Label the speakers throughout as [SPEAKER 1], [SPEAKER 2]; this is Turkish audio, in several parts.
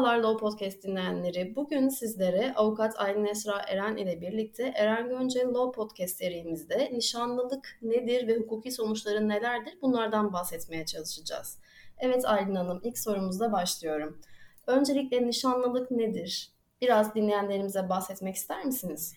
[SPEAKER 1] Merhabalar Law Podcast dinleyenleri. Bugün sizlere Avukat Aylin Esra Eren ile birlikte Eren Göncel Law Podcast serimizde nişanlılık nedir ve hukuki sonuçları nelerdir bunlardan bahsetmeye çalışacağız. Evet Aylin Hanım, ilk sorumuzla başlıyorum. Öncelikle nişanlılık nedir? Biraz dinleyenlerimize bahsetmek ister misiniz?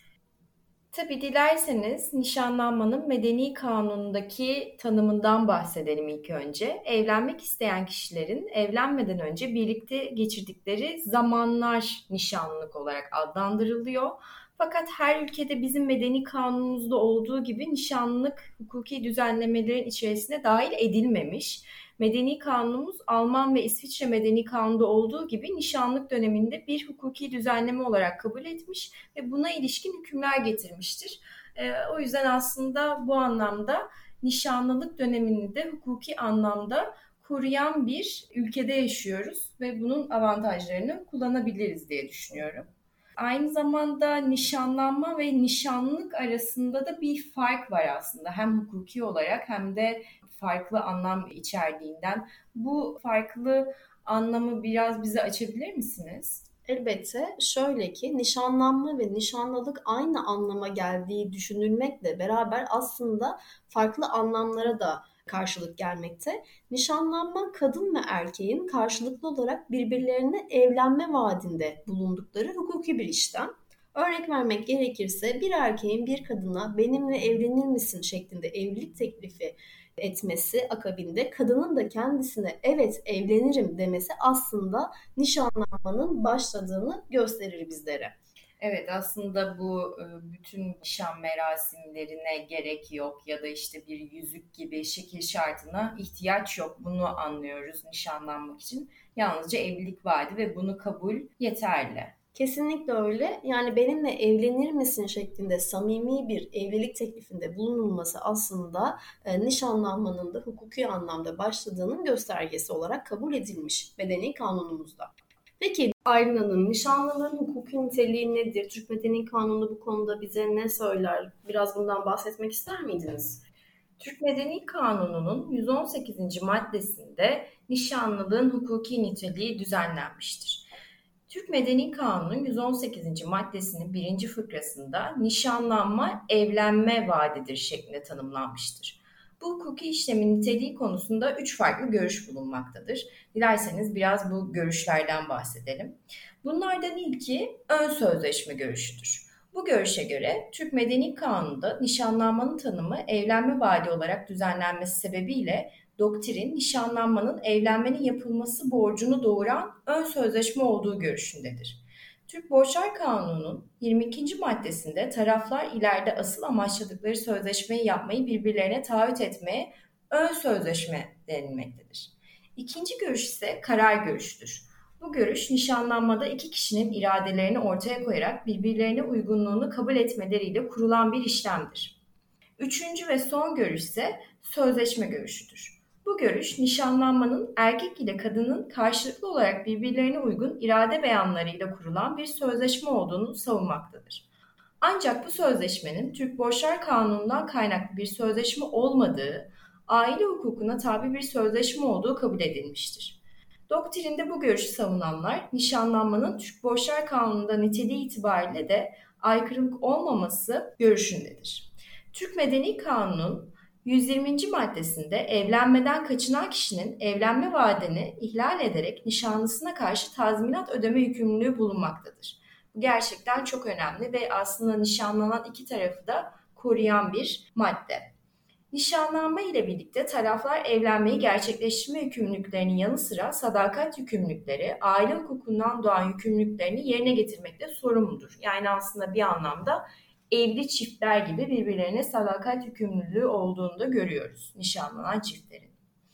[SPEAKER 2] Tabii dilerseniz nişanlanmanın medeni kanundaki tanımından bahsedelim ilk önce. Evlenmek isteyen kişilerin evlenmeden önce birlikte geçirdikleri zamanlar nişanlılık olarak adlandırılıyor. Fakat her ülkede bizim medeni kanunumuzda olduğu gibi nişanlılık hukuki düzenlemelerin içerisine dahil edilmemiş. Medeni kanunumuz Alman ve İsviçre medeni kanunda olduğu gibi nişanlık döneminde bir hukuki düzenleme olarak kabul etmiş ve buna ilişkin hükümler getirmiştir. O yüzden aslında bu anlamda nişanlılık dönemini de hukuki anlamda koruyan bir ülkede yaşıyoruz ve bunun avantajlarını kullanabiliriz diye düşünüyorum. Aynı zamanda nişanlanma ve nişanlılık arasında da bir fark var aslında. Hem hukuki olarak hem de farklı anlam içerdiğinden. Bu farklı anlamı biraz bize açabilir misiniz?
[SPEAKER 1] Elbette şöyle ki nişanlanma ve nişanlılık aynı anlama geldiği düşünülmekle beraber aslında farklı anlamlara da karşılık gelmekte. Nişanlanma kadın ve erkeğin karşılıklı olarak birbirlerine evlenme vaadinde bulundukları hukuki bir işlem. Örnek vermek gerekirse bir erkeğin bir kadına benimle evlenir misin şeklinde evlilik teklifi etmesi akabinde kadının da kendisine evet evlenirim demesi aslında nişanlanmanın başladığını gösterir bizlere.
[SPEAKER 2] Evet, aslında bu bütün nişan merasimlerine gerek yok ya da işte bir yüzük gibi şekil şartına ihtiyaç yok. Bunu anlıyoruz nişanlanmak için. Yalnızca evlilik vaadi ve bunu kabul yeterli.
[SPEAKER 1] Kesinlikle öyle. Yani benimle evlenir misin şeklinde samimi bir evlilik teklifinde bulunulması aslında nişanlanmanın da hukuki anlamda başladığının göstergesi olarak kabul edilmiş medeni kanunumuzda. Peki Aylin Hanım, nişanlılığın hukuki niteliği nedir? Türk Medeni Kanunu bu konuda bize ne söyler? Biraz bundan bahsetmek ister miydiniz?
[SPEAKER 2] Türk Medeni Kanunu'nun 118. maddesinde nişanlılığın hukuki niteliği düzenlenmiştir. Türk Medeni Kanunu'nun 118. maddesinin 1. fıkrasında nişanlanma evlenme vaadidir şeklinde tanımlanmıştır. Bu hukuki işlemin niteliği konusunda 3 farklı görüş bulunmaktadır. Dilerseniz biraz bu görüşlerden bahsedelim. Bunlardan ilki ön sözleşme görüşüdür. Bu görüşe göre Türk Medeni Kanunu'nda nişanlanmanın tanımı evlenme vaadi olarak düzenlenmesi sebebiyle doktrin nişanlanmanın evlenmenin yapılması borcunu doğuran ön sözleşme olduğu görüşündedir. Türk Borçlar Kanunu'nun 22. maddesinde taraflar ileride asıl amaçladıkları sözleşmeyi yapmayı birbirlerine taahhüt etmeye ön sözleşme denilmektedir. İkinci görüş ise karar görüşüdür. Bu görüş nişanlanmada iki kişinin iradelerini ortaya koyarak birbirlerine uygunluğunu kabul etmeleriyle kurulan bir işlemdir. Üçüncü ve son görüş ise sözleşme görüşüdür. Bu görüş nişanlanmanın erkek ile kadının karşılıklı olarak birbirlerine uygun irade beyanlarıyla kurulan bir sözleşme olduğunu savunmaktadır. Ancak bu sözleşmenin Türk Borçlar Kanunu'ndan kaynaklı bir sözleşme olmadığı, aile hukukuna tabi bir sözleşme olduğu kabul edilmiştir. Doktrinde bu görüşü savunanlar, nişanlanmanın Türk Borçlar Kanunu'nda niteliği itibariyle de aykırılık olmaması görüşündedir. Türk Medeni Kanunu'nun 120. maddesinde evlenmeden kaçınan kişinin evlenme vaadini ihlal ederek nişanlısına karşı tazminat ödeme yükümlülüğü bulunmaktadır. Bu gerçekten çok önemli ve aslında nişanlanan iki tarafı da koruyan bir madde. Nişanlanma ile birlikte taraflar evlenmeyi gerçekleştirme yükümlülüklerinin yanı sıra sadakat yükümlülükleri, aile hukukundan doğan yükümlülüklerini yerine getirmekte sorumludur. Yani aslında bir anlamda evli çiftler gibi birbirlerine sadakat yükümlülüğü olduğunu da görüyoruz nişanlanan çiftlerin.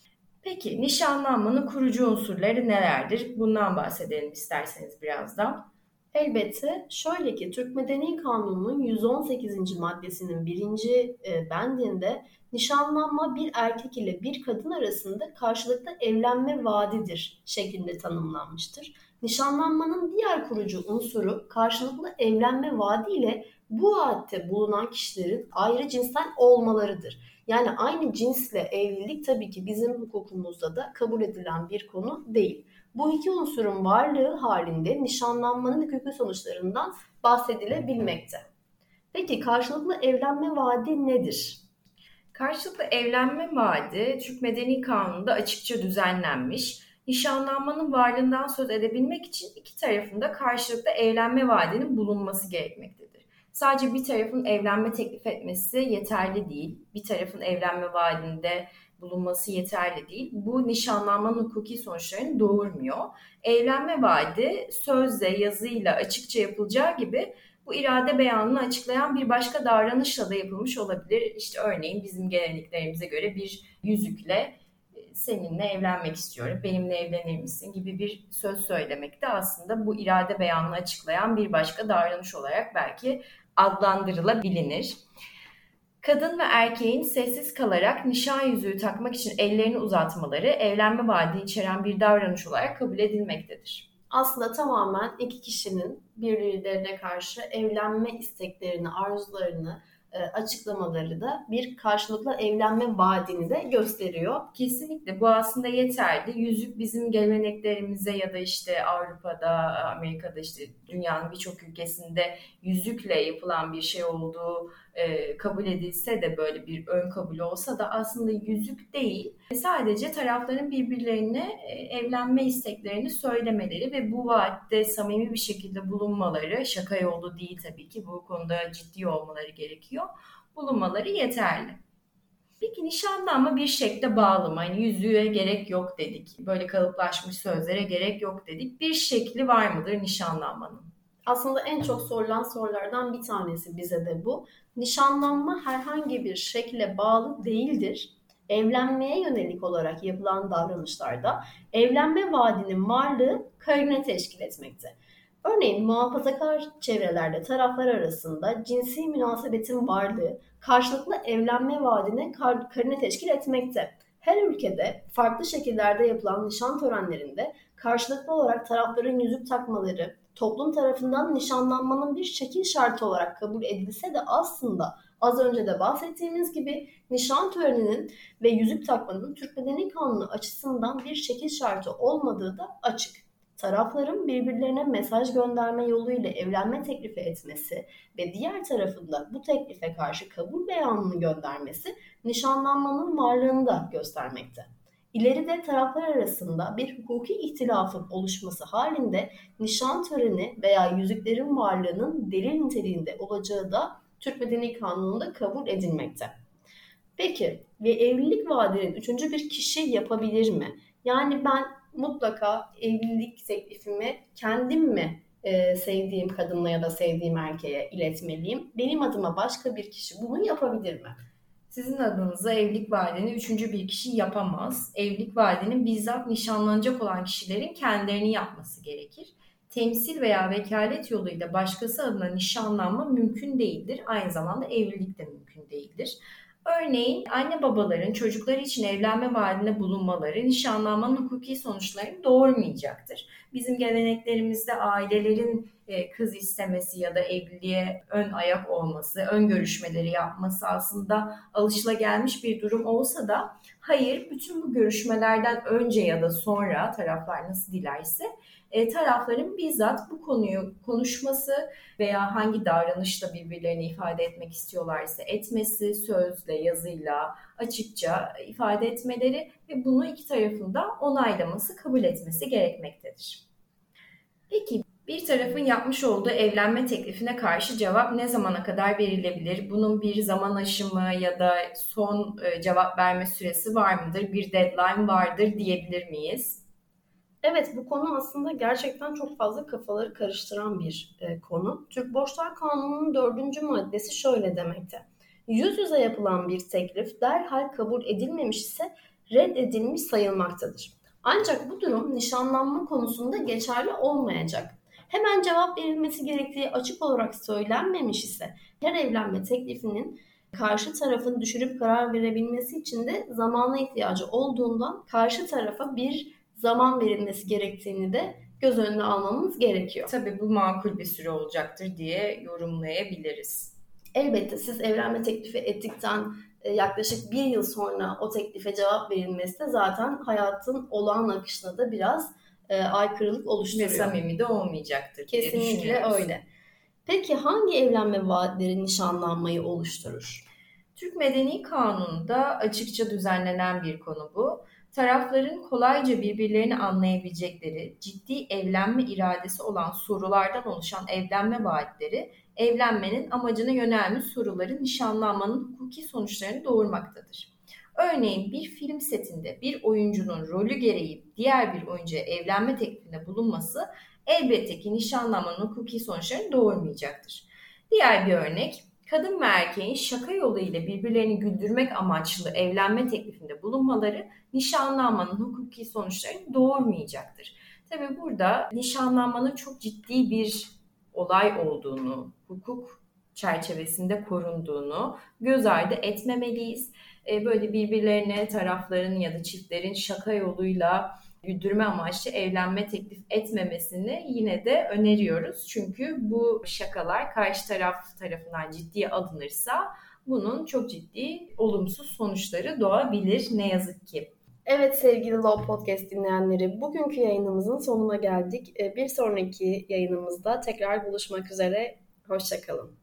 [SPEAKER 2] Peki nişanlanmanın kurucu unsurları nelerdir? Bundan bahsedelim isterseniz biraz da.
[SPEAKER 1] Elbette şöyle ki Türk Medeni Kanunu'nun 118. maddesinin 1. bendinde nişanlanma bir erkek ile bir kadın arasında karşılıklı evlenme vaadidir şeklinde tanımlanmıştır. Nişanlanmanın diğer kurucu unsuru karşılıklı evlenme vaadi ile bu vaatte bulunan kişilerin ayrı cinsten olmalarıdır. Yani aynı cinsle evlilik tabii ki bizim hukukumuzda da kabul edilen bir konu değil. Bu iki unsurun varlığı halinde nişanlanmanın hukuki sonuçlarından bahsedilebilmekte. Peki karşılıklı evlenme vaadi nedir?
[SPEAKER 2] Karşılıklı evlenme vaadi Türk Medeni Kanunu'nda açıkça düzenlenmiş. Nişanlanmanın varlığından söz edebilmek için iki tarafında karşılıklı evlenme vaadinin bulunması gerekmektedir. Sadece bir tarafın evlenme teklif etmesi yeterli değil. Bir tarafın evlenme vaadinde bulunması yeterli değil. Bu nişanlanmanın hukuki sonuçlarını doğurmuyor. Evlenme vaadi sözle, yazıyla açıkça yapılacağı gibi bu irade beyanını açıklayan bir başka davranışla da yapılmış olabilir. İşte örneğin bizim geleneklerimize göre bir yüzükle seninle evlenmek istiyorum, benimle evlenir misin gibi bir söz söylemek de aslında bu irade beyanını açıklayan bir başka davranış olarak belki adlandırılabilir. Kadın ve erkeğin sessiz kalarak nişan yüzüğü takmak için ellerini uzatmaları evlenme vaadi içeren bir davranış olarak kabul edilmektedir.
[SPEAKER 1] Aslında tamamen iki kişinin birbirlerine karşı evlenme isteklerini, arzularını açıklamaları da bir karşılıklı evlenme vaadini de gösteriyor.
[SPEAKER 2] Kesinlikle bu aslında yeterli. Yüzük bizim geleneklerimize ya da işte Avrupa'da, Amerika'da işte dünyanın birçok ülkesinde yüzükle yapılan bir şey olduğu kabul edilse de böyle bir ön kabul olsa da aslında yüzük değil. Sadece tarafların birbirlerine evlenme isteklerini söylemeleri ve bu vaatte samimi bir şekilde bulunmaları, şaka yolu değil tabii ki bu konuda ciddi olmaları gerekiyor. Bulunmaları yeterli. Peki nişanlanma bir şekle bağlı mı? Hani yüzüğe gerek yok dedik. Böyle kalıplaşmış sözlere gerek yok dedik. Bir şekli var mıdır nişanlanmanın?
[SPEAKER 1] Aslında en çok sorulan sorulardan bir tanesi bize de bu. Nişanlanma herhangi bir şekle bağlı değildir. Evlenmeye yönelik olarak yapılan davranışlarda evlenme vaadinin varlığı karine teşkil etmekte. Örneğin muhafazakar çevrelerde taraflar arasında cinsi münasebetin varlığı karşılıklı evlenme vaadine karine teşkil etmekte. Her ülkede farklı şekillerde yapılan nişan törenlerinde karşılıklı olarak tarafların yüzük takmaları toplum tarafından nişanlanmanın bir şekil şartı olarak kabul edilse de aslında az önce de bahsettiğimiz gibi nişan töreninin ve yüzük takmanın Türk Medeni Kanunu açısından bir şekil şartı olmadığı da açık. Tarafların birbirlerine mesaj gönderme yoluyla evlenme teklifi etmesi ve diğer tarafında bu teklife karşı kabul beyanını göndermesi nişanlanmanın varlığını da göstermekte. İleride taraflar arasında bir hukuki ihtilafın oluşması halinde nişan töreni veya yüzüklerin varlığının delil niteliğinde olacağı da Türk Medeni Kanunu'nda kabul edilmekte. Peki ve evlilik vaadinin üçüncü bir kişi yapabilir mi? Yani ben mutlaka evlilik teklifimi kendim mi sevdiğim kadınla ya da sevdiğim erkeğe iletmeliyim? Benim adıma başka bir kişi bunu yapabilir mi?
[SPEAKER 2] Sizin adınıza evlilik vaadini üçüncü bir kişi yapamaz. Evlilik vaadinin bizzat nişanlanacak olan kişilerin kendilerini yapması gerekir. Temsil veya vekalet yoluyla başkası adına nişanlanma mümkün değildir. Aynı zamanda evlilik de mümkün değildir. Örneğin anne babaların çocukları için evlenme vaadinde bulunmaları nişanlanmanın hukuki sonuçlarını doğurmayacaktır. Bizim geleneklerimizde ailelerin kız istemesi ya da evliliğe ön ayak olması, ön görüşmeleri yapması aslında alışılagelmiş bir durum olsa da hayır, bütün bu görüşmelerden önce ya da sonra taraflar nasıl dilerse tarafların bizzat bu konuyu konuşması veya hangi davranışla birbirlerini ifade etmek istiyorlarsa etmesi, sözle, yazıyla açıkça ifade etmeleri ve bunu iki tarafın da onaylaması, kabul etmesi gerekmektedir. Peki bir tarafın yapmış olduğu evlenme teklifine karşı cevap ne zamana kadar verilebilir? Bunun bir zaman aşımı ya da son cevap verme süresi var mıdır? Bir deadline vardır diyebilir miyiz?
[SPEAKER 1] Evet, bu konu aslında gerçekten çok fazla kafaları karıştıran bir konu. Türk Borçlar Kanunu'nun 4. maddesi şöyle demekte. Yüz yüze yapılan bir teklif derhal kabul edilmemiş ise reddedilmiş sayılmaktadır. Ancak bu durum nişanlanma konusunda geçerli olmayacak. Hemen cevap verilmesi gerektiği açık olarak söylenmemiş ise her evlenme teklifinin karşı tarafın düşünüp karar verebilmesi için de zamana ihtiyacı olduğundan karşı tarafa bir zaman verilmesi gerektiğini de göz önüne almamız gerekiyor.
[SPEAKER 2] Tabii bu makul bir süre olacaktır diye yorumlayabiliriz.
[SPEAKER 1] Elbette siz evlenme teklifi ettikten yaklaşık bir yıl sonra o teklife cevap verilmesi de zaten hayatın olağan akışına da biraz aykırılık oluşturuyor.
[SPEAKER 2] Ve samimi de olmayacaktır diye
[SPEAKER 1] Kesinlikle öyle. Peki hangi evlenme vaatleri nişanlanmayı oluşturur?
[SPEAKER 2] Türk Medeni Kanunu'nda açıkça düzenlenen bir konu bu. Tarafların kolayca birbirlerini anlayabilecekleri, ciddi evlenme iradesi olan sorulardan oluşan evlenme vaatleri, evlenmenin amacına yönelmiş soruları nişanlanmanın hukuki sonuçlarını doğurmaktadır. Örneğin bir film setinde bir oyuncunun rolü gereği diğer bir oyuncuya evlenme teklifinde bulunması elbette ki nişanlanmanın hukuki sonuçlarını doğurmayacaktır. Diğer bir örnek, kadın ve erkeğin şaka yoluyla birbirlerini güldürmek amaçlı evlenme teklifinde bulunmaları nişanlanmanın hukuki sonuçlarını doğurmayacaktır. Tabii burada nişanlanmanın çok ciddi bir olay olduğunu, hukuk çerçevesinde korunduğunu göz ardı etmemeliyiz. Böyle birbirlerine tarafların ya da çiftlerin şaka yoluyla güldürme amaçlı evlenme teklif etmemesini yine de öneriyoruz. Çünkü bu şakalar karşı taraf tarafından ciddiye alınırsa bunun çok ciddi olumsuz sonuçları doğabilir ne yazık ki.
[SPEAKER 1] Evet sevgili Law Podcast dinleyenleri, bugünkü yayınımızın sonuna geldik. Bir sonraki yayınımızda tekrar buluşmak üzere. Hoşça kalın.